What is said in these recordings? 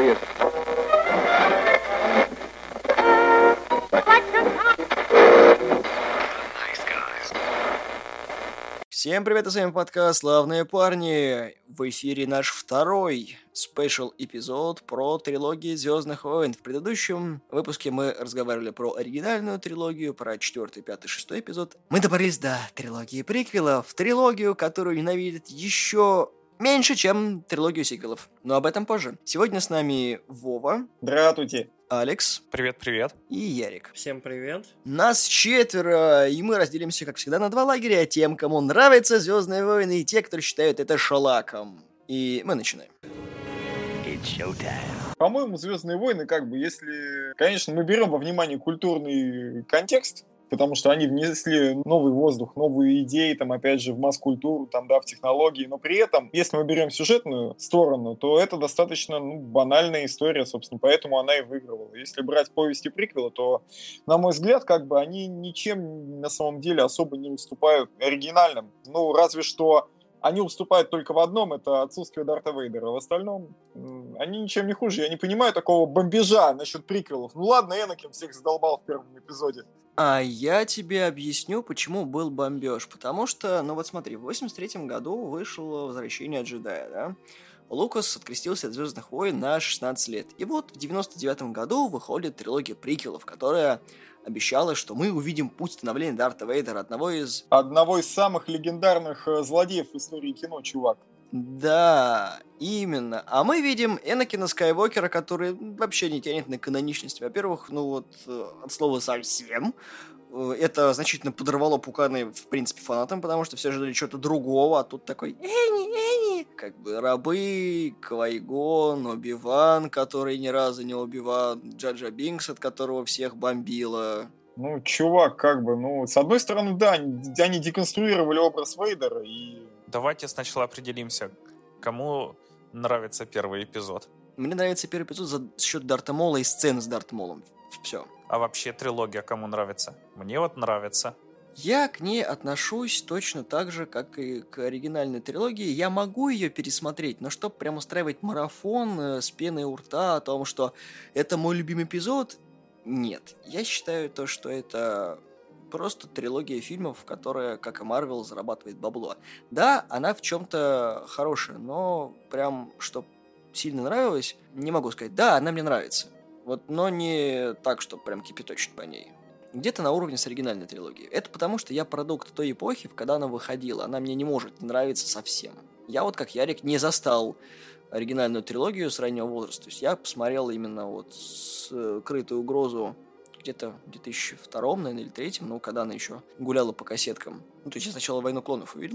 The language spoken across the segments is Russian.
serious. Всем привет, с вами подкаст «Славные парни». В эфире наш второй спешл-эпизод про трилогию «Звездных войн». В предыдущем выпуске мы разговаривали про оригинальную трилогию, про 4, 5, 6 эпизод. Мы добрались до трилогии приквелов, трилогию, которую ненавидят еще меньше, чем трилогию сиквелов. Но об этом позже. Сегодня с нами Вова. Здравствуйте. Алекс. Привет-привет. И Ярик. Всем привет. Нас 4, и мы разделимся, как всегда, на 2 лагеря. Тем, кому нравятся «Звездные войны», и те, кто считают это шалаком. И мы начинаем. По-моему, «Звездные войны», если... Конечно, мы берем во внимание культурный контекст, потому что они внесли новый воздух, новые идеи, опять же, в масс-культуру, в технологии, но при этом, если мы берем сюжетную сторону, то это достаточно банальная история, собственно, поэтому она и выигрывала. Если брать повести приквела, то, на мой взгляд, они ничем на самом деле особо не уступают оригинальным. Разве что они уступают только в одном, это отсутствие Дарта Вейдера. В остальном они ничем не хуже. Я не понимаю такого бомбежа насчет приквелов. Ладно, Энакин всех задолбал в первом эпизоде. А я тебе объясню, почему был бомбеж. Потому что, смотри, в 83-м году вышло «Возвращение джедая», да? Лукас открестился от «Звездных войн» на 16 лет. И вот в 99-м году выходит трилогия приквелов, которая обещала, что мы увидим путь становления Дарта Вейдера, одного из самых легендарных злодеев в истории кино, чувак. Да, именно. А мы видим Энакина Скайуокера, который вообще не тянет на каноничность. Во-первых, от слова «совсем». Это значительно подорвало пуканы, в принципе, фанатам, потому что все ждали чего-то другого, а тут такой Энни. Рабы, Квай-Гон, Оби-Ван, который ни разу не Оби-Ван, Джа-Джа Бинкс, от которого всех бомбило. Чувак, с одной стороны, да, они деконструировали образ Вейдера и... Давайте сначала определимся, кому нравится первый эпизод. Мне нравится первый эпизод за счет Дарта Мола и сцены с Дарт Молом. Все. А вообще трилогия кому нравится? Мне нравится. Я к ней отношусь точно так же, как и к оригинальной трилогии. Я могу ее пересмотреть, но чтобы прям устраивать марафон с пеной у рта о том, что это мой любимый эпизод, нет. Я считаю то, что это просто трилогия фильмов, которая, как и Марвел, зарабатывает бабло. Да, она в чем-то хорошая, но прям, чтоб сильно нравилась, не могу сказать. Да, она мне нравится. Но не так, что прям кипяточит по ней. Где-то на уровне с оригинальной трилогией. Это потому, что я продукт той эпохи, когда она выходила. Она мне не может не нравиться совсем. Я как Ярик, не застал оригинальную трилогию с раннего возраста. То есть я посмотрел именно «Скрытую угрозу» где-то в 2002, наверное, или 2003, когда она еще гуляла по кассеткам. То есть я сначала «Войну клонов» увидел.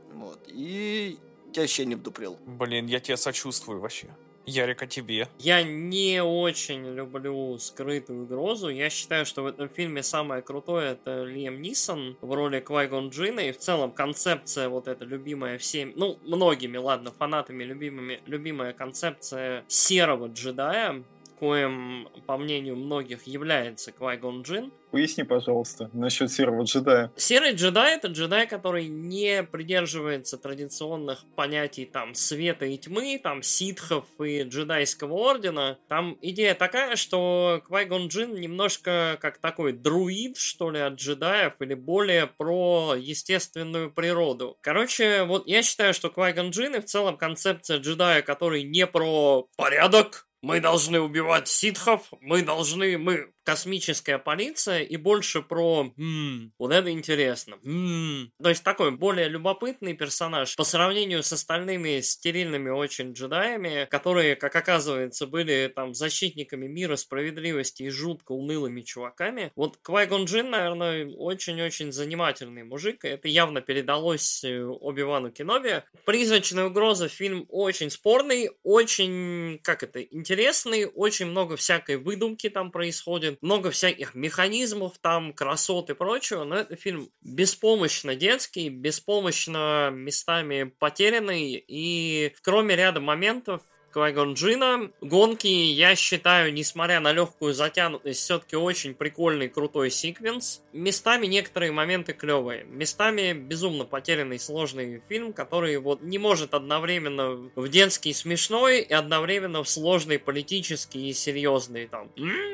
И я вообще не вдуплил. Блин, я тебе сочувствую вообще. Ярик, а тебе? Я не очень люблю «Скрытую угрозу». Я считаю, что в этом фильме самое крутое — это Лиам Нисон в роли Квай-Гон Джинна. И в целом концепция эта любимая всеми, многими, фанатами любимая концепция серого джедая, коим, по мнению многих, является Квай-Гон Джинн. Поясни, пожалуйста, насчет серого джедая. Серый джедай — это джедай, который не придерживается традиционных понятий света и тьмы, ситхов и джедайского ордена. Там идея такая, что Квай-Гон Джинн немножко как такой друид, что ли, от джедаев, или более про естественную природу. Короче, я считаю, что Квай-Гон Джинн и в целом концепция джедая, который не про порядок, мы должны убивать ситхов, мы космическая полиция, и больше про это интересно. То есть такой более любопытный персонаж по сравнению с остальными стерильными очень джедаями, которые, как оказывается, были защитниками мира, справедливости и жутко унылыми чуваками. Квай-Гон Джинн, наверное, очень-очень занимательный мужик, и это явно передалось Оби-Вану Кеноби. «Призрачная угроза» фильм очень спорный, очень, интересный, очень много всякой выдумки там происходит, много всяких механизмов, красот и прочего, но это фильм беспомощно детский, беспомощно местами потерянный, и кроме ряда моментов, Квай-Гон Джинна. Гонки, я считаю, несмотря на легкую затянутость, все-таки очень прикольный, крутой секвенс. Местами некоторые моменты клевые. Местами безумно потерянный, сложный фильм, который вот не может одновременно в детский смешной и одновременно в сложный политический и серьезный. Там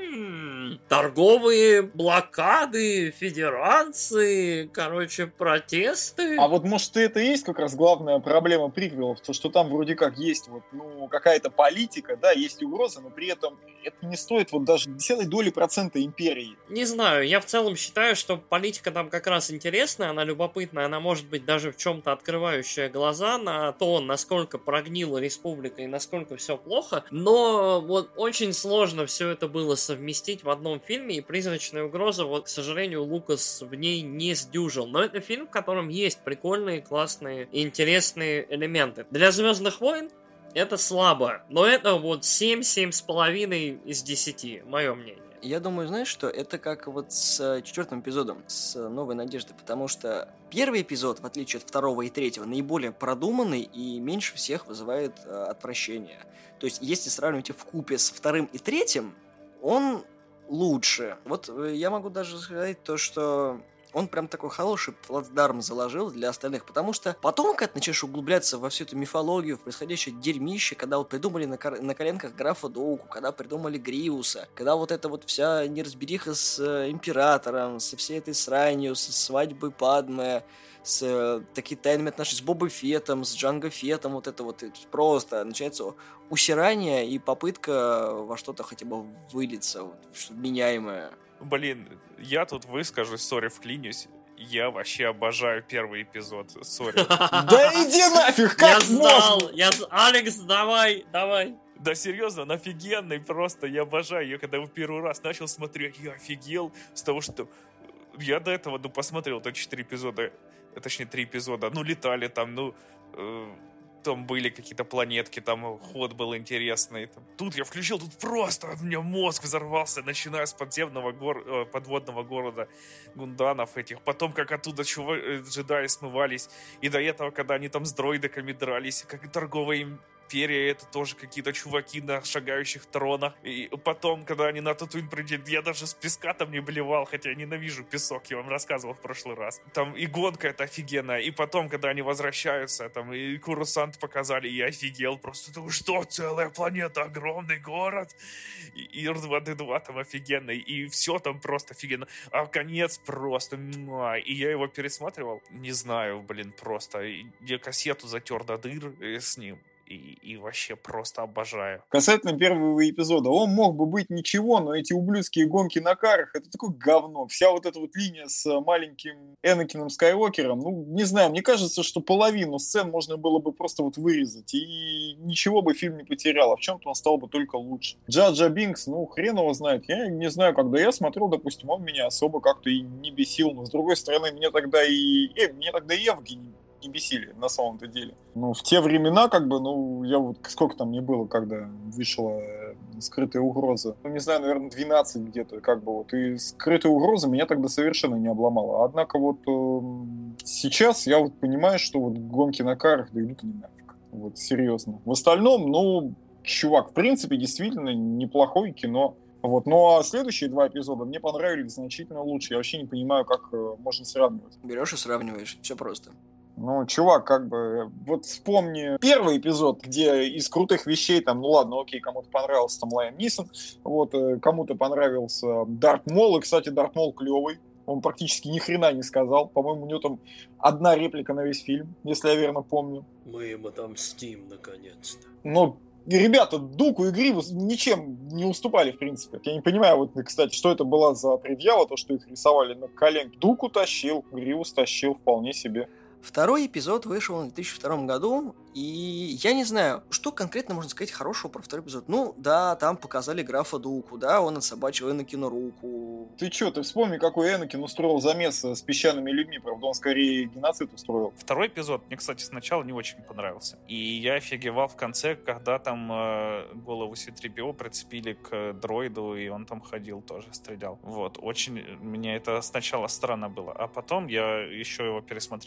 торговые блокады, федерации, короче, протесты. А вот может это и есть как раз главная проблема приквелов, то что там вроде как есть вот, ну, какая-то политика, да, есть угроза, но при этом это не стоит вот даже 0,1% империи. Не знаю, я в целом считаю, что политика там как раз интересная, она любопытная, она может быть даже в чем-то открывающая глаза на то, насколько прогнила республика и насколько все плохо, но вот очень сложно все это было совместить в одном фильме, и «Призрачная угроза», вот, к сожалению, Лукас в ней не сдюжил. Но это фильм, в котором есть прикольные, классные и интересные элементы. Для «Звездных войн» это слабо, но это вот 7-7,5 из 10, мое мнение. Я думаю, знаешь что, это как вот с 4-м эпизодом, с «Новой надеждой», потому что первый эпизод, в отличие от 2-го и 3-го, наиболее продуманный и меньше всех вызывает отвращение. То есть, если сравнивать их вкупе с 2-м и 3-м, он лучше. Вот я могу даже сказать то, что он прям такой хороший плацдарм заложил для остальных, потому что потом, когда начинаешь углубляться во всю эту мифологию, в происходящее дерьмище, когда вот придумали на коленках графа Доуку, когда придумали Гриуса, когда вот эта вот вся неразбериха с императором, со всей этой сранью, со свадьбой Падме, с такими тайными отношениями, с Бобой Феттом, с Джанго Феттом, вот это вот просто начинается усирание и попытка во что-то хотя бы вылиться, вот, что-то меняемое. Блин, я тут выскажусь, сори, вклинюсь. Я вообще обожаю первый эпизод, сори. Да иди нафиг, как можно? Я знал, Алекс, давай. Да серьезно, он офигенный просто, я обожаю. Я когда его первый раз начал смотреть, я офигел с того, что я до этого, посмотрел 4 эпизода, точнее 3 эпизода, летали там, там были какие-то планетки, там ход был интересный. Тут я включил, тут просто у меня мозг взорвался, начиная с подводного города гунданов этих. Потом, как оттуда джедаи смывались. И до этого, когда они там с дроидиками дрались, как торговая империя, это тоже какие-то чуваки на шагающих тронах. И потом, когда они на Татуин прилетели, я даже с песка там не блевал, хотя я ненавижу песок, я вам рассказывал в прошлый раз. Там и гонка эта офигенная. И потом, когда они возвращаются, там и Курусант показали, и я офигел. Просто думаю, что целая планета, огромный город. И R2-D2 там офигенный. И все там просто офигенно. А конец просто... И я его пересматривал. Не знаю, просто. Я кассету затер до дыр с ним. И вообще просто обожаю. Касательно первого эпизода, он мог бы быть ничего, но эти ублюдские гонки на карах, это такое говно. Вся вот эта вот линия с маленьким Энакином Скайуокером, не знаю, мне кажется, что половину сцен можно было бы просто вот вырезать, и ничего бы фильм не потерял, а в чем-то он стал бы только лучше. Джа Бинкс, хрен его знает, я не знаю, когда я смотрел, допустим, он меня особо как-то и не бесил, но с другой стороны, меня тогда и Евги не бесили, на самом-то деле. В те времена, я вот, сколько там мне было, когда вышла «Скрытая угроза», не знаю, наверное, 12 где-то, и «Скрытая угроза» меня тогда совершенно не обломала. Однако сейчас я понимаю, что гонки на карах, да идут они нафиг. Серьезно. В остальном, чувак, в принципе, действительно неплохое кино. Ну а следующие 2 эпизода мне понравились значительно лучше. Я вообще не понимаю, как можно сравнивать. Берешь и сравниваешь, все просто. Чувак, вспомни первый эпизод, где из крутых вещей, ладно, окей, кому-то понравился там Лайам Нисон, кому-то понравился Дарт Мол, и, кстати, Дарт Мол клевый, он практически ни хрена не сказал, по-моему, у него там 1 реплика на весь фильм, если я верно помню. Мы им отомстим, наконец-то. Ребята, Дуку и Гриву ничем не уступали, в принципе. Я не понимаю, кстати, что это была за предъява, то, что их рисовали на коленке. Дуку тащил, Гриву стащил вполне себе. Второй эпизод вышел в 2002 году, и я не знаю, что конкретно можно сказать хорошего про второй эпизод. Да, там показали графа Дуку, да, он отсобачил Энакину руку. Ты вспомни, какой Энакин устроил замес с песчаными людьми, правда, он скорее геноцид устроил. Второй эпизод мне, кстати, сначала не очень понравился. И я офигевал в конце, когда там голову C-3PO прицепили к дроиду, и он там ходил тоже, стрелял. Очень меня это сначала странно было. А потом я еще его пересмотрел 200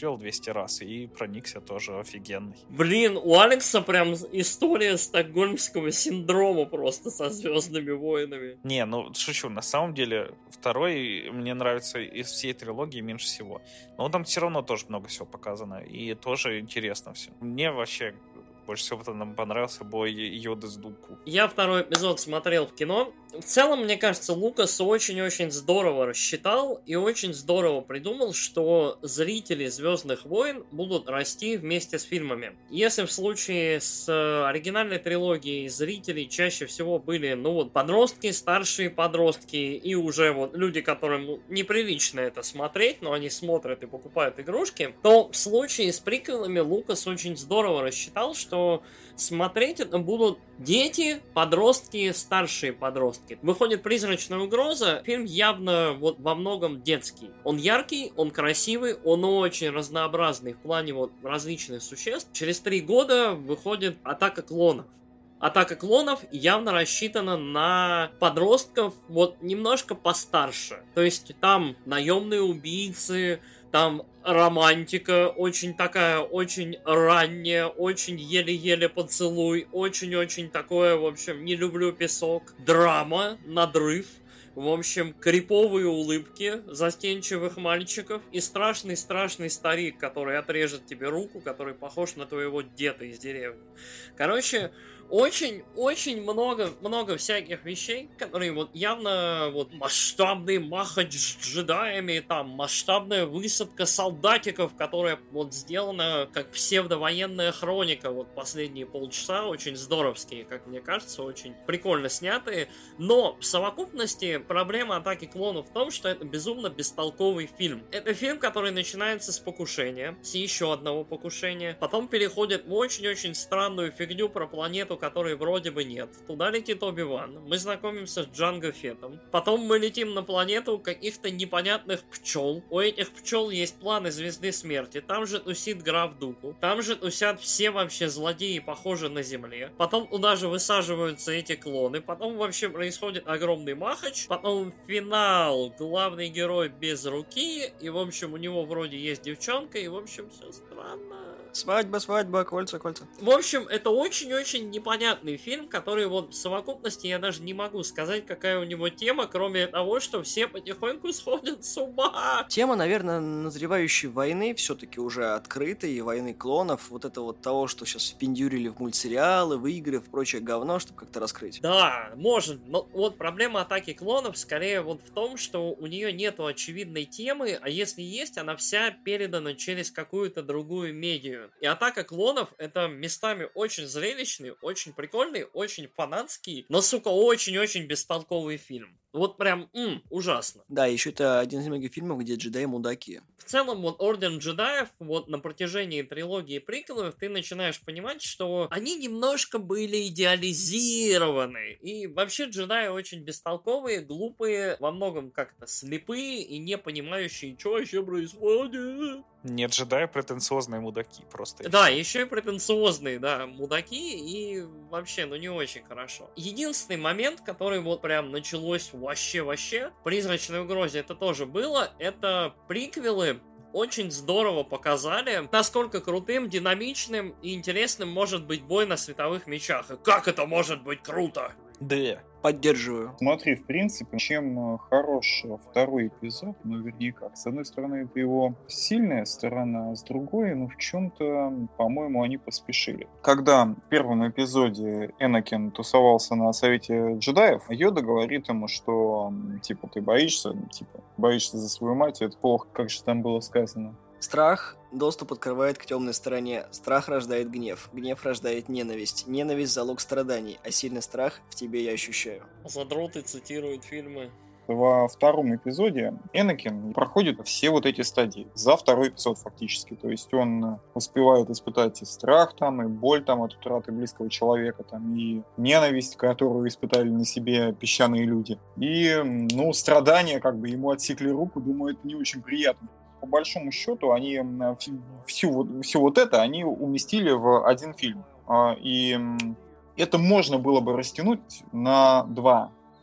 200 раз, и проникся тоже офигенный. Блин, у Алекса прям история стокгольмского синдрома просто со «Звездными войнами». Не, ну, шучу, на самом деле, второй мне нравится из всей трилогии меньше всего. Но там все равно тоже много всего показано, и тоже интересно все. Мне вообще больше всего нам понравился бой Йоды с Дуку. Я второй эпизод смотрел в кино. В целом, мне кажется, Лукас очень-очень здорово рассчитал и очень здорово придумал, что зрители «Звездных войн» будут расти вместе с фильмами. Если в случае с оригинальной трилогией зрители чаще всего были, ну вот, подростки, старшие подростки и уже вот люди, которым неприлично это смотреть, но они смотрят и покупают игрушки, то в случае с приквелами Лукас очень здорово рассчитал, что смотреть это будут дети, подростки, старшие подростки. Выходит «Призрачная угроза». Фильм явно вот во многом детский. Он яркий, он красивый, он очень разнообразный в плане вот различных существ. Через 3 года выходит «Атака клонов». «Атака клонов» явно рассчитана на подростков вот немножко постарше. То есть там наемные убийцы, там романтика очень такая, очень ранняя, очень еле-еле поцелуй, очень-очень такое, в общем, не люблю песок. Драма, надрыв. В общем, криповые улыбки застенчивых мальчиков и страшный-страшный старик, который отрежет тебе руку, который похож на твоего деда из деревни. Короче, очень много всяких вещей, которые вот явно вот масштабный махач с джедаями, там масштабная высадка солдатиков, которая вот сделана как псевдовоенная хроника, вот последние полчаса, очень здоровские, как мне кажется, очень прикольно снятые, но в совокупности проблема «Атаки клонов» в том, что это безумно бестолковый фильм. Это фильм, который начинается с покушения, с еще одного покушения, потом переходит в очень-очень странную фигню про планету, которой вроде бы нет. Туда летит Оби-Ван. Мы знакомимся с Джанго Феттом. Потом мы летим на планету каких-то непонятных пчел. У этих пчел есть планы Звезды Смерти. Там же тусит граф Дуку. Там же тусят все вообще злодеи, похожие на Земле. Потом туда же высаживаются эти клоны. Потом вообще происходит огромный махач. Потом финал. Главный герой без руки. И, в общем, у него вроде есть девчонка. И, в общем, все странно. Свадьба, кольца. В общем, это очень-очень непонятный фильм, который вот в совокупности я даже не могу сказать, какая у него тема, кроме того, что все потихоньку сходят с ума. Тема, наверное, назревающей войны все-таки уже открыта, и войны клонов, вот это вот того, что сейчас впендюрили в мультсериалы, в игры, в прочее говно, чтобы как-то раскрыть. Да, может, но вот проблема «Атаки клонов» скорее вот в том, что у нее нету очевидной темы, а если есть, она вся передана через какую-то другую медиа. И «Атака клонов» — это местами очень зрелищный, очень прикольный, очень фанатский, но, сука, очень-очень бестолковый фильм. Вот прям, ужасно. Да, еще это один из немногих фильмов, где джедаи мудаки. В целом, вот Орден джедаев, вот на протяжении трилогии приквелов ты начинаешь понимать, что они немножко были идеализированы. И вообще джедаи очень бестолковые, глупые, во многом как-то слепые и не понимающие, что вообще происходит. Нет, джедаи претенциозные мудаки просто. Да, еще и претенциозные, да, мудаки, и вообще, ну не очень хорошо. Единственный момент, который вот прям началось вообще, в «Призрачной угрозе» это тоже было, это приквелы очень здорово показали, насколько крутым, динамичным и интересным может быть бой на световых мечах. И как это может быть круто? Да. Поддерживаю. Смотри, в принципе, чем хорош второй эпизод, наверняка. С одной стороны, это его сильная сторона, а с другой, ну, в чем-то, по-моему, они поспешили. Когда в первом эпизоде Энакин тусовался на совете джедаев, Йода говорит ему, что, типа, ты боишься за свою мать, это плохо, как же там было сказано. Страх доступ открывает к темной стороне. Страх рождает гнев. Гнев рождает ненависть. Ненависть – залог страданий. А сильный страх в тебе я ощущаю. Задроты цитируют фильмы. Во втором эпизоде Энакин проходит все вот эти стадии. За второй эпизод фактически. То есть он успевает испытать и страх там, и боль там от утраты близкого человека, там, и ненависть, которую испытали на себе песчаные люди. И, ну, страдания, как бы ему отсекли руку, думаю, это не очень приятно. По большому счету, они все вот это они уместили в один фильм. И это можно было бы растянуть на 2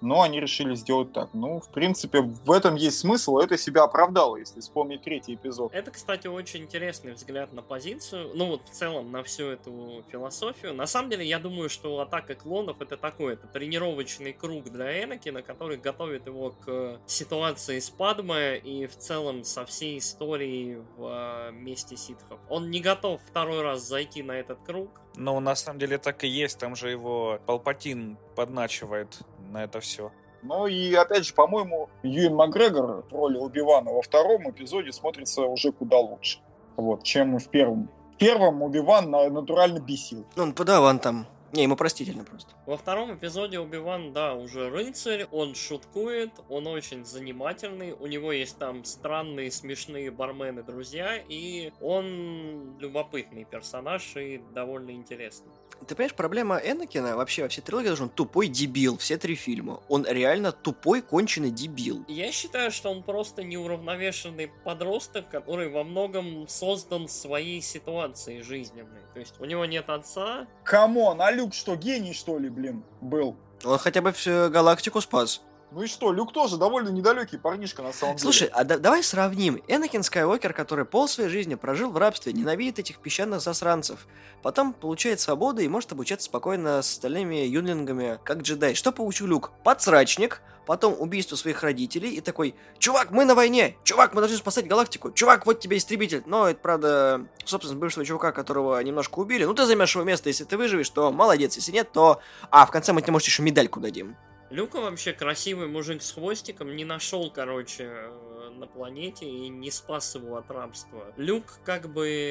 но они решили сделать так. Ну, в принципе, в этом есть смысл, это себя оправдало, если вспомнить третий эпизод. Это, кстати, очень интересный взгляд на позицию, ну вот в целом на всю эту философию. На самом деле, я думаю, что «Атака клонов» это такой, это тренировочный круг для Энакина, который готовит его к ситуации с Падме и в целом со всей историей в месте ситхов. Он не готов второй раз зайти на этот круг. Ну, на самом деле так и есть, там же его Палпатин подначивает на это все. Ну и опять же, по-моему, Юэн Макгрегор в роли Оби-Вана во втором эпизоде смотрится уже куда лучше, вот, чем в первом. В первом Оби-Ван натурально бесил. Ну, он подаван там. Не, ему простительно просто. Во втором эпизоде Оби-Ван, да, уже рыцарь, он шуткует, он очень занимательный, у него есть там странные, смешные бармены-друзья, и он любопытный персонаж и довольно интересный. Ты понимаешь, проблема Энакина вообще во всей трилогии, что он тупой дебил, все 3 фильма. Он реально тупой, конченый дебил. Я считаю, что он просто неуравновешенный подросток, который во многом создан своей ситуацией жизненной. То есть у него нет отца. Камон, а Люк что, гений, что ли, блин, был? Он хотя бы всю галактику спас. Ну и что, Люк тоже довольно недалекий парнишка на самом деле. Слушай, а давай сравним. Энакин Скайуокер, который пол своей жизни прожил в рабстве, ненавидит этих песчаных засранцев. Потом получает свободу и может обучаться спокойно с остальными юнлингами, как джедай. Что получил Люк? Подсрачник, потом убийство своих родителей и такой: чувак, мы на войне! Чувак, мы должны спасать галактику! Чувак, вот тебе истребитель! Но это, правда, собственно, бывшего чувака, которого немножко убили. Ну, ты займешь его место, если ты выживешь, то молодец. Если нет, то... в конце мы тебе, может, еще медальку дадим. Люка вообще красивый мужик с хвостиком, не нашел, короче, на планете и не спас его от рабства. Люк как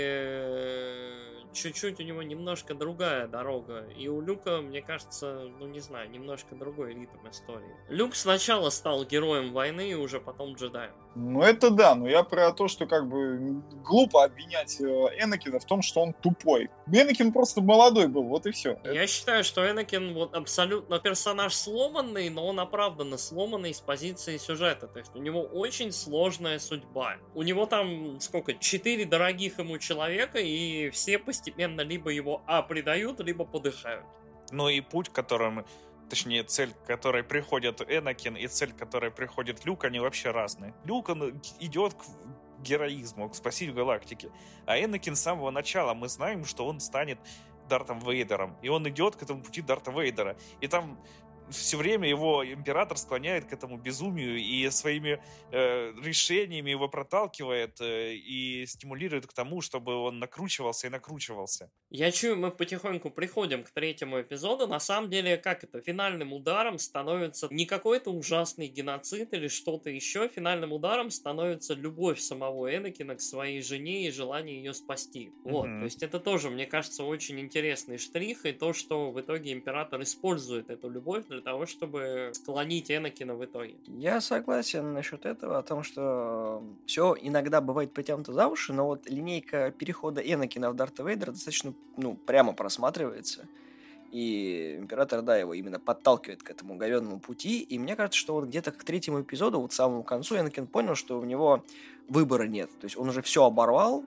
бы чуть-чуть у него немножко другая дорога. И у Люка, мне кажется, ну не знаю, немножко другой ритм истории. Люк сначала стал героем войны и уже потом джедаем. Ну это да, но я про то, что как бы глупо обвинять Энакина в том, что он тупой. Энакин просто молодой был, вот и все. Я считаю, что Энакин вот абсолютно персонаж сломанный, но он оправданно сломанный с позиции сюжета. То есть у него очень сложная судьба. У него там, 4 дорогих ему человека, и все постепенно либо его предают, либо подыхают. Ну и путь, которым... Точнее, цель, к которой приходит Энакин, и цель, к которой приходит Люк, они вообще разные. Люк, он идет к героизму, к спасению галактики. А Энакин с самого начала, мы знаем, что он станет Дартом Вейдером. И он идет к этому пути Дарта Вейдера. И там все время его император склоняет к этому безумию и своими решениями его проталкивает и стимулирует к тому, чтобы он накручивался и накручивался. Я чую, мы потихоньку приходим к третьему эпизоду. На самом деле, финальным ударом становится не какой-то ужасный геноцид или что-то еще. Финальным ударом становится любовь самого Энакина к своей жене и желание ее спасти. Вот, то есть это тоже, мне кажется, очень интересный штрих, и то, что в итоге император использует эту любовь для того, чтобы склонить Энакина в итоге. Я согласен насчет этого, о том, что все иногда бывает притянуто за уши, но вот линейка перехода Энакина в Дарта Вейдера достаточно, прямо просматривается. И император, да, его именно подталкивает к этому говенному пути. И мне кажется, что вот где-то к третьему эпизоду, вот самому концу, Энакин понял, что у него выбора нет. То есть он уже все оборвал,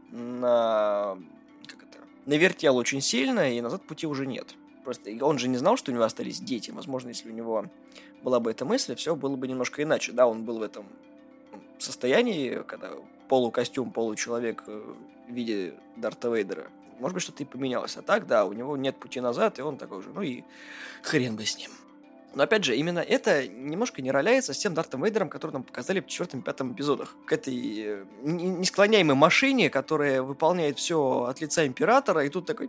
навертел очень сильно, и назад пути уже нет. Просто он же не знал, что у него остались дети. Возможно, если у него была бы эта мысль, все было бы немножко иначе. Да, он был в этом состоянии, когда полукостюм, получеловек в виде Дарта Вейдера. Может быть, что-то и поменялось. А так, да, у него нет пути назад, и он такой же, и хрен бы с ним. Но, опять же, именно это немножко не роляется с тем Дартом Вейдером, который нам показали в 4-м и 5-м эпизодах. К этой несклоняемой машине, которая выполняет все от лица императора, и тут такой...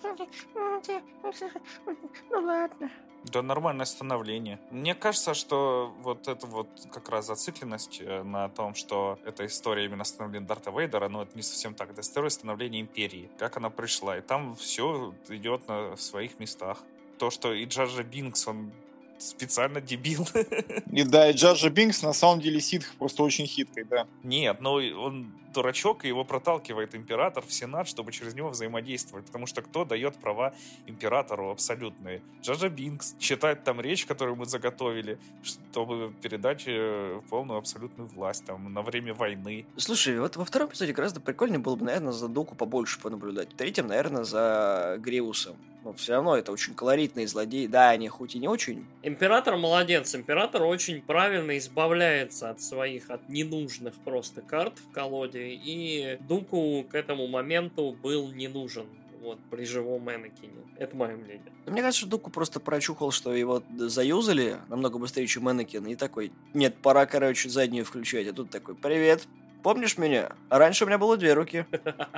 Ну ладно. Да, нормальное становление. Мне кажется, что вот эта вот как раз зацикленность на том, что эта история именно становления Дарта Вейдера, это не совсем так. Это история становления Империи, как она пришла. И там все идет на своих местах. То, что и Джар Джар Бинкс, он специально дебил. И да, и Джар Джар Бинкс на самом деле ситх просто очень хитрый, да. Нет, он дурачок, и его проталкивает император в Сенат, чтобы через него взаимодействовать. Потому что кто дает права императору абсолютные? Джар Джар Бинкс читает там речь, которую мы заготовили, чтобы передать полную абсолютную власть там на время войны. Слушай, вот во втором эпизоде гораздо прикольнее было бы, наверное, за Доку побольше понаблюдать. В третьем, наверное, за Гривусом. Но все равно это очень колоритные злодеи. Да, они хоть и не очень. Император молодец. Император очень правильно избавляется от своих, от ненужных просто карт в колоде. И Дуку к этому моменту был не нужен. Вот, при живом Энакине. Это мое мнение. Мне кажется, что Дуку просто прочухал, что его заюзали намного быстрее, чем Энакин. И такой, нет, пора, короче, заднюю включать. А тут такой, привет, помнишь меня? А раньше у меня было 2 руки.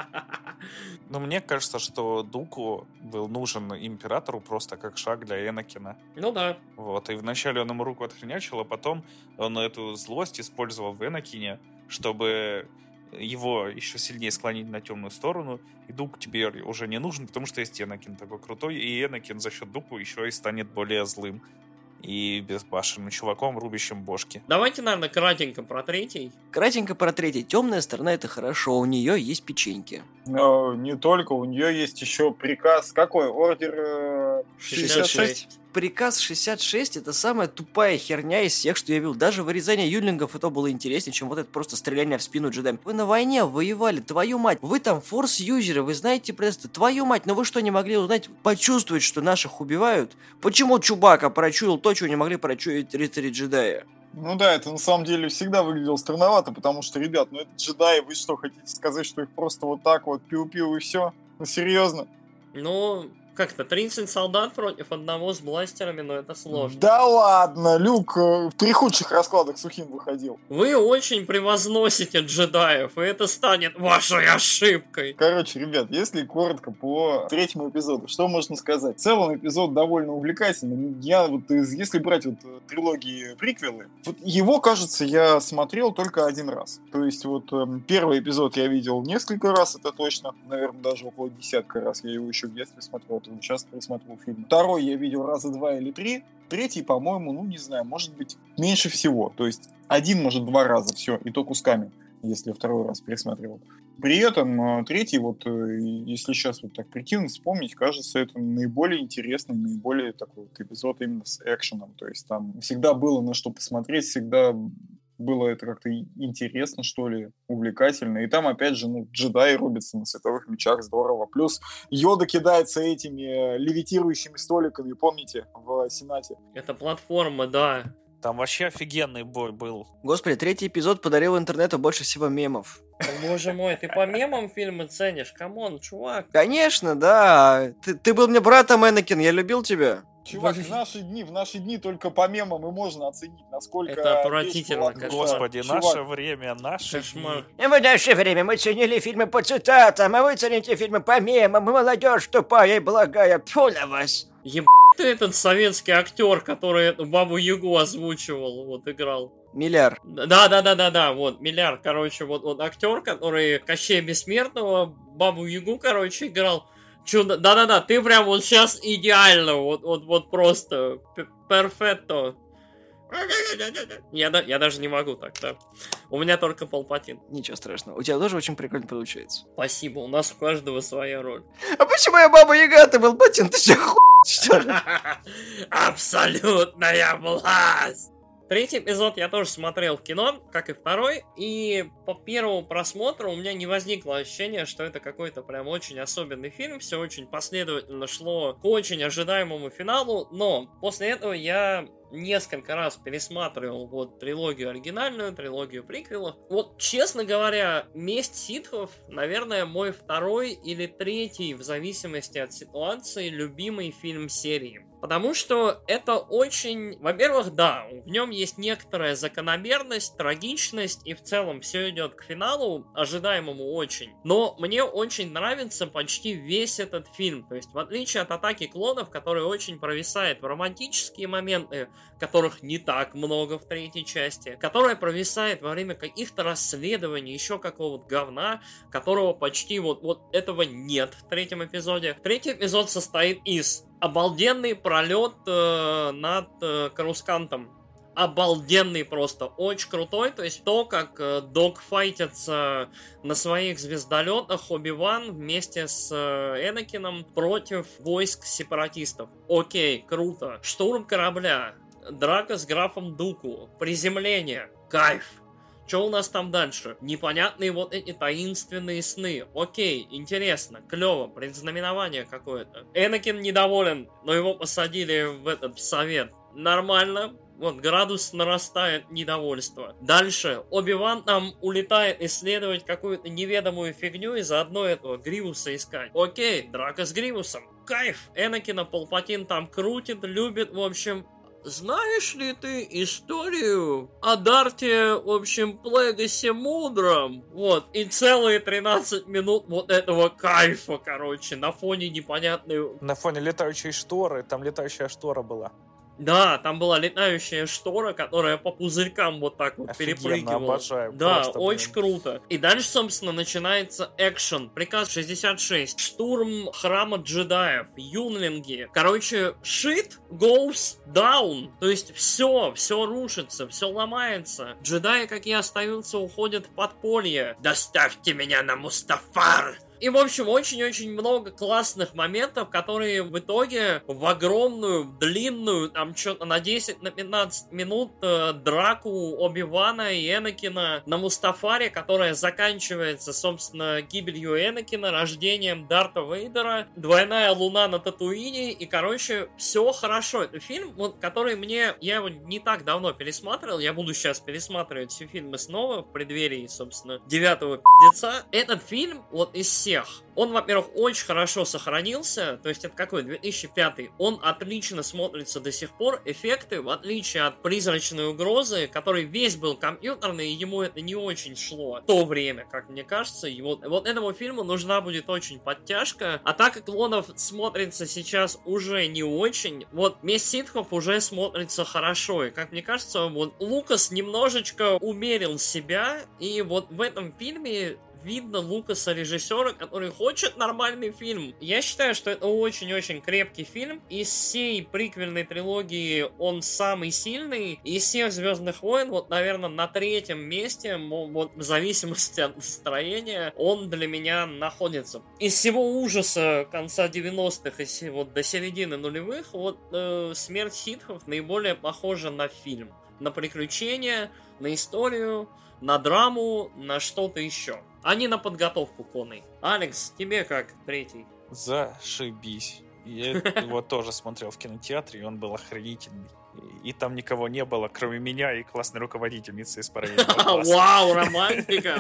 Но мне кажется, что Дуку был нужен императору просто как шаг для Энакина. Ну да. Вот, и вначале он ему руку отхренячил, а потом он эту злость использовал в Энакине, чтобы его еще сильнее склонить на темную сторону, и Дук тебе уже не нужен, потому что есть Энакин такой крутой, и Энакин за счет Дуку еще и станет более злым и безбашенным чуваком, рубящим бошки. Давайте, наверное, кратенько про третий. Кратенько про третий. Темная сторона — это хорошо, у нее есть печеньки. Но не только, у нее есть еще приказ. Какой? Ордер 66? Приказ 66 — это самая тупая херня из всех, что я видел. Даже вырезание юнглингов это было интереснее, чем вот это просто стреляние в спину джедаем. Вы на войне воевали, твою мать. Вы там форс-юзеры, вы знаете просто, твою мать. Но вы что, не могли узнать, почувствовать, что наших убивают? Почему Чубака прочуял то, чего не могли прочуять рыцари джедая? Ну да, это на самом деле всегда выглядело странновато, потому что, ребят, ну это джедаи, вы что, хотите сказать, что их просто вот так вот пиу-пиу и все? Ну серьезно? Ну, как-то 30 солдат против одного с бластерами, но это сложно. Да ладно, Люк в 3 худших раскладах сухим выходил. Вы очень превозносите джедаев, и это станет вашей ошибкой. Короче, ребят, если коротко по 3-му эпизоду, что можно сказать? В целом эпизод довольно увлекательный. Я вот, если брать вот трилогии приквелы, вот его, кажется, я смотрел только 1 раз. То есть вот первый эпизод я видел несколько раз, это точно, наверное, даже около 10 раз. Я его еще в детстве смотрел, сейчас пересмотрел фильм. Второй я видел раза 2 или 3. Третий, по-моему, ну не знаю, может быть меньше всего. То есть 1, может 2 раза, все, и то кусками, если второй раз пересматривал. При этом третий, вот если сейчас вот так прикинуть, вспомнить, кажется, это наиболее интересный, наиболее такой вот эпизод именно с экшеном. То есть там всегда было на что посмотреть, всегда было это как-то интересно, что ли, увлекательно. И там, опять же, ну, джедаи рубятся на световых мечах, здорово. Плюс Йода кидается этими левитирующими столиками, помните, в Сенате? Это платформа, да. Там вообще офигенный бой был. Господи, 3-й эпизод подарил интернету больше всего мемов. О, боже мой, ты по мемам фильмы ценишь? Камон, чувак. Конечно, да. Ты был мне братом, Энакин, я любил тебя. Чувак, в наши дни только по мемам и можно оценить, насколько... Это отвратительно, вещь была. Господи, Чувак, наше время, наше Кошмар. И в наше время мы ценили фильмы по цитатам, а вы цените фильмы по мемам, и молодежь тупая и благая. Тьфу на вас. Ебать ты этот советский актер, который эту Бабу Ягу озвучивал, вот играл. Миллиар. Да, вот, Миллиар, короче, вот актер, который Кощея Бессмертного, Бабу Ягу, короче, играл. Чудо, да, ты прям вот сейчас идеально, вот просто перфетто. Я даже не могу так, да. У меня только Палпатин. Ничего страшного. У тебя тоже очень прикольно получается. Спасибо, у нас у каждого своя роль. А почему я Баба Яга, ты Палпатин? Ты что, что ли? Абсолютная власть! 3-й эпизод я тоже смотрел в кино, как и 2-й, и по первому просмотру у меня не возникло ощущения, что это какой-то прям очень особенный фильм, все очень последовательно шло к очень ожидаемому финалу, но после этого я несколько раз пересматривал вот трилогию оригинальную, трилогию приквелов. Вот, честно говоря, «Месть ситхов», наверное, мой 2-й или 3-й, в зависимости от ситуации, любимый фильм серии. Потому что это очень... Во-первых, да, в нем есть некоторая закономерность, трагичность, и в целом все идет к финалу, ожидаемому очень. Но мне очень нравится почти весь этот фильм. То есть, в отличие от «Атаки клонов», который очень провисает в романтические моменты, которых не так много в 3-й части, которая провисает во время каких-то расследований, еще какого-то говна, которого почти вот этого нет в 3-м эпизоде. 3-й эпизод состоит из обалденный пролет над Карускантом. обалденный просто, очень крутой. То есть то, как догфайтятся на своих звездолетах Оби-Ван вместе с Энакином против войск сепаратистов. Окей, круто. Штурм корабля, драка с графом Дуку, приземление, кайф. Что у нас там дальше? Непонятные вот эти таинственные сны. Окей, интересно, клево, предзнаменование какое-то. Энакин недоволен, но его посадили в этот совет. Нормально. Вот, градус нарастает недовольства. Дальше. Оби-Ван там улетает исследовать какую-то неведомую фигню и заодно этого Гривуса искать. Окей, драка с Гривусом. Кайф. Энакина Палпатин там крутит, любит, в общем... Знаешь ли ты историю о Дарте, в общем, Плегасе Мудром? Вот, и целые 13 минут вот этого кайфа, короче, на фоне непонятной... На фоне летающей шторы, там летающая штора была. Да, там была летающая штора, которая по пузырькам вот так вот Офигенно, перепрыгивала. обожаю. Да, просто, очень круто. И дальше, собственно, начинается экшен. Приказ 66. Штурм храма джедаев. Юнлинги. Короче, shit goes down. То есть все рушится, все ломается. Джедаи, как и остаются, уходят в подполье. Доставьте меня на Мустафар. И, в общем, очень-очень много классных моментов, которые в итоге в огромную, длинную, там, что-то на 10, на 15 минут драку Оби-Вана и Энакина на Мустафаре, которая заканчивается, собственно, гибелью Энакина, рождением Дарта Вейдера, двойная луна на Татуине, и, короче, все хорошо. Это фильм, вот, который я его не так давно пересматривал, я буду сейчас пересматривать все фильмы снова в преддверии, собственно, 9-го пиздеца. Этот фильм, вот, из всех. Он, во-первых, очень хорошо сохранился, то есть это какой, 2005. Он отлично смотрится до сих пор. Эффекты, в отличие от «Призрачной угрозы», который весь был компьютерный, и ему это не очень шло в то время, как мне кажется. И вот этому фильму нужна будет очень подтяжка. «Атака клонов» смотрится сейчас уже не очень. Вот «Месть ситхов» уже смотрится хорошо. И, как мне кажется, вот Лукас немножечко умерил себя, и вот в этом фильме видно Лукаса, режиссера, который хочет нормальный фильм. Я считаю, что это очень-очень крепкий фильм. Из всей приквельной трилогии он самый сильный. Из всех «Звездных войн», вот, наверное, на 3-м месте, вот, в зависимости от настроения, он для меня находится. Из всего ужаса конца 90-х и вот до середины нулевых, вот, «Смерть ситхов» наиболее похожа на фильм. На приключения, на историю, на драму, на что-то еще. А не на подготовку конной. Алекс, тебе как третий? Зашибись. Я его тоже смотрел в кинотеатре, и он был охренительный. И там никого не было, кроме меня и классной руководительницы из параллельного класса. Вау, романтика!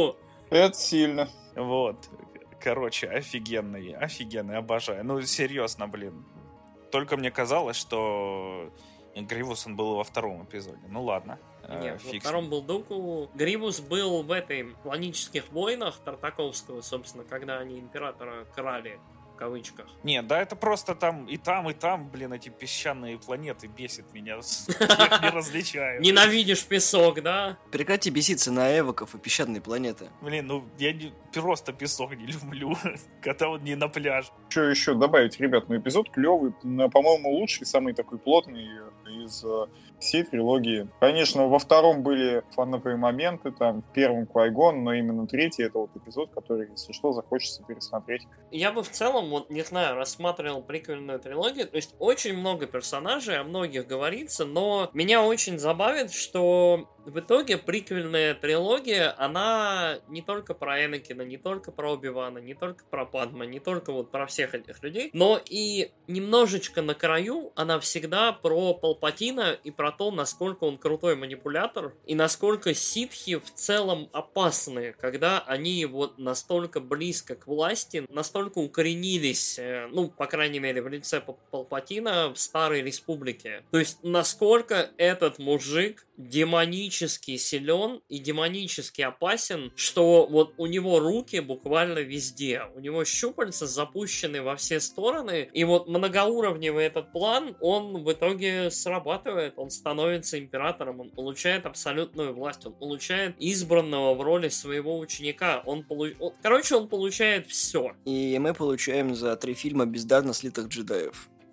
Это сильно. Вот. Короче, офигенный, обожаю. Ну, серьезно, блин. Только мне казалось, что Гривус он был во 2-м эпизоде. Ну ладно. Нет, во 2-м был Дуку. Гривус был в этой «Планических войнах» Тартаковского, собственно, когда они императора крали, в кавычках. Не, да это просто там, блин, эти песчаные планеты бесит меня. Я их не различаю. Ненавидишь песок, да? Прекрати беситься на эвоков и песчаные планеты. Блин, ну я просто песок не люблю, когда он не на пляже. Что еще добавить, ребят? Ну, эпизод клевый, по-моему, лучший, самый такой плотный из всей трилогии. Конечно, во 2-м были фановые моменты, там, в 1-м Квай-Гон, но именно 3-й это вот эпизод, который, если что, захочется пересмотреть. Я бы в целом, вот, не знаю, рассматривал приквельную трилогию, то есть очень много персонажей, о многих говорится, но меня очень забавит, что в итоге приквельная трилогия, она не только про Энакина, не только про Оби-Вана, не только про Падме, не только вот про всех этих людей, но и немножечко на краю она всегда про Палпатина и про то, насколько он крутой манипулятор, и насколько ситхи в целом опасны, когда они вот настолько близко к власти, настолько укоренились, ну, по крайней мере, в лице Палпатина в Старой Республике. То есть, насколько этот мужик демонически силен и демонически опасен, что вот у него руки буквально везде. У него щупальца запущены во все стороны, и вот многоуровневый этот план, он в итоге срабатывает, он становится императором, он получает абсолютную власть, он получает избранного в роли своего ученика, он получает все. И мы получаем за 3 фильма бездарно слитых джедаев.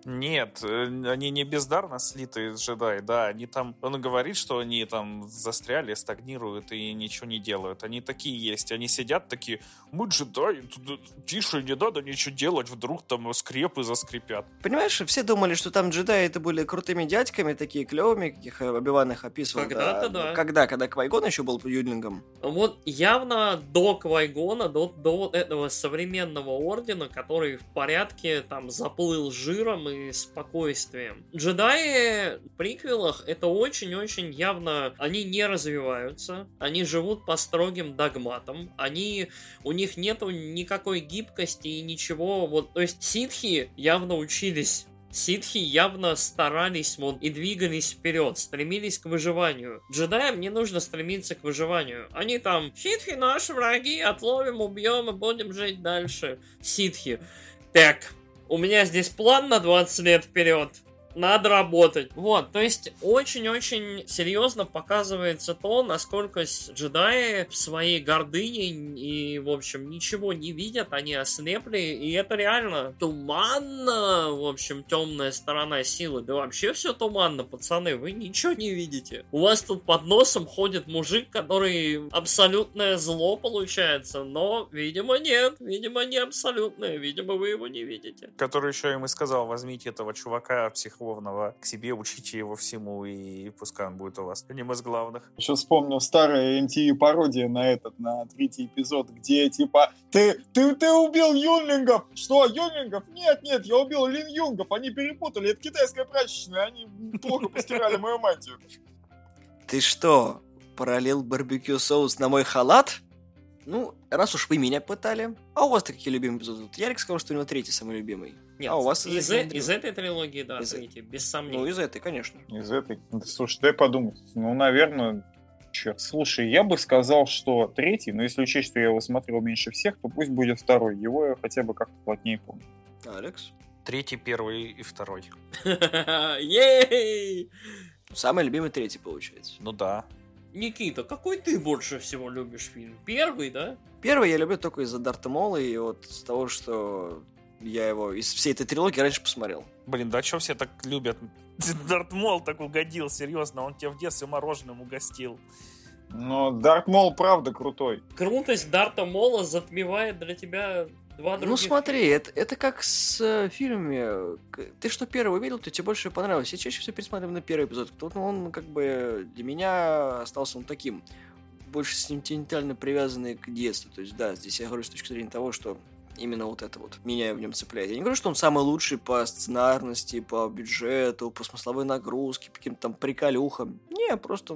Нет, они не бездарно слитые джедаи, да, они там, он говорит, что они там застряли, стагнируют и ничего не делают. Они такие есть, они сидят такие, мы джедаи, тише, не надо ничего делать, вдруг там скрепы заскрипят. Понимаешь, все думали, что там джедаи это были крутыми дядьками, такие клевыми, каких Оби-Ван их описывал. Когда-то, да. Когда Квай-Гон еще был юнглингом. Вот явно до Квай-Гона, до этого современного ордена, который в порядке там заплыл жиром и спокойствием. Джедаи в приквелах это очень-очень явно, они не развиваются, они живут по строгим догматам, у них нету никакой гибкости и ничего, вот, то есть ситхи явно учились. Ситхи явно старались вот, и двигались вперед, стремились к выживанию. Джедаям не нужно стремиться к выживанию. Они там, ситхи наши враги, отловим, убьем и будем жить дальше. Ситхи. Так, у меня здесь план на 20 лет вперед. Надо работать. Вот, то есть очень-очень серьезно показывается то, насколько джедаи в своей гордыне и, в общем, ничего не видят, они ослепли, и это реально туманно, в общем, темная сторона силы. Да вообще все туманно, пацаны, вы ничего не видите. У вас тут под носом ходит мужик, который абсолютное зло получается, но, видимо, нет, видимо, не абсолютное, видимо, вы его не видите. Который еще им и сказал, возьмите этого чувака психологического к себе, учите его всему, и пускай он будет у вас одним из главных. Еще вспомнил старая MTV-пародия на третий эпизод, где типа ты убил юнглингов! Что, юнглингов? Нет, я убил Лин Юнгов, они перепутали, это китайская прачечная, они плохо постирали мою мантию. Ты что, пролил барбекю-соус на мой халат? Ну, раз уж вы меня пытали. А у вас-то какие любимые эпизоды? Вот Ярик сказал, что у него третий самый любимый. Нет, а у вас из этой трилогии, да, третий, без сомнений. Ну, из этой, конечно. Из этой? Слушай, дай подумать. Ну, наверное, черт. Слушай, я бы сказал, что третий, но если учесть, что я его смотрел меньше всех, то пусть будет второй. Его я хотя бы как-то плотнее помню. Алекс? Третий, первый и второй. Ей! Самый любимый третий, получается. Ну да. Никита, какой ты больше всего любишь фильм? Первый, да? Первый я люблю только из-за Дарта Мола и вот с того, что я его из всей этой трилогии раньше посмотрел. Блин, да что все так любят? Дарт Мол так угодил, серьезно, он тебя в детстве мороженым угостил. Но Дарт Мол правда крутой. Крутость Дарта Мола затмевает для тебя два других. Ну смотри, это как с фильмами. Ты что первый увидел, то тебе больше понравилось. Я чаще всего пересматриваю на первый эпизод. Он как бы для меня остался таким, больше сентиментально привязанный к детству. То есть да, здесь я говорю с точки зрения того, что именно вот это вот меня в нем цепляет. Я не говорю, что он самый лучший по сценарности, по бюджету, по смысловой нагрузке, по каким-то там приколюхам. Не, просто,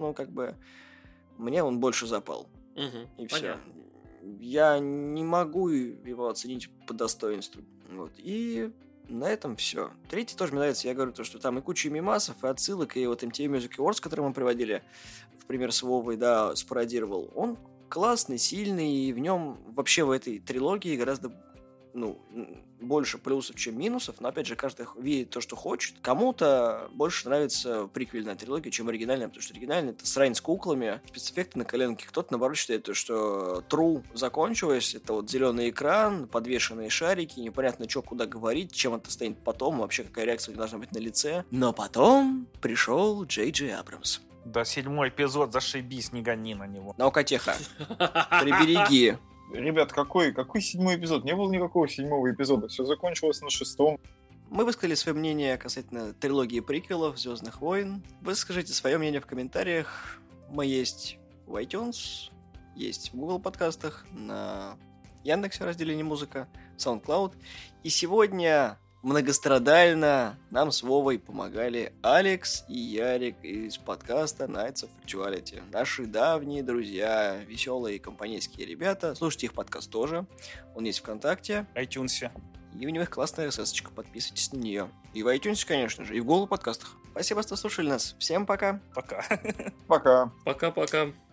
мне он больше запал. И все. Я не могу его оценить по достоинству. Вот. И на этом все. Третий тоже мне нравится. Я говорю, что там и куча мемасов, и отсылок, и вот MTV Music Awards, который мы приводили, в пример с Вовой, да, спародировал. Он классный, сильный, и в нем вообще в этой трилогии гораздо больше плюсов, чем минусов, но, опять же, каждый видит то, что хочет. Кому-то больше нравится приквельная трилогия, чем оригинальная, потому что оригинальная — это срань с куклами, спецэффекты на коленке. Кто-то, наоборот, считает, что True закончилось, это вот зеленый экран, подвешенные шарики, непонятно, что, куда говорить, чем это станет потом, вообще какая реакция должна быть на лице. Но потом пришел Джей Джей Абрамс. Да, 7-й эпизод, зашибись, не гони на него. Наука-теха. Прибереги. Ребят, какой 7-й эпизод? Не было никакого 7-го эпизода. Все закончилось на 6-м. Мы высказали свое мнение касательно трилогии приквелов «Звездных войн». Вы скажите свое мнение в комментариях. Мы есть в iTunes, есть в Google подкастах, на Яндексе разделе «Не музыка», SoundCloud. И сегодня многострадально нам с Вовой помогали Алекс и Ярик из подкаста Nights of Virtuality. Наши давние друзья, веселые компанейские ребята. Слушайте их подкаст тоже. Он есть ВКонтакте. iTunes. И у них классная RSS-очка. Подписывайтесь на нее. И в iTunes, конечно же, и в Google подкастах. Спасибо, что слушали нас. Всем пока. Пока. Пока. Пока-пока.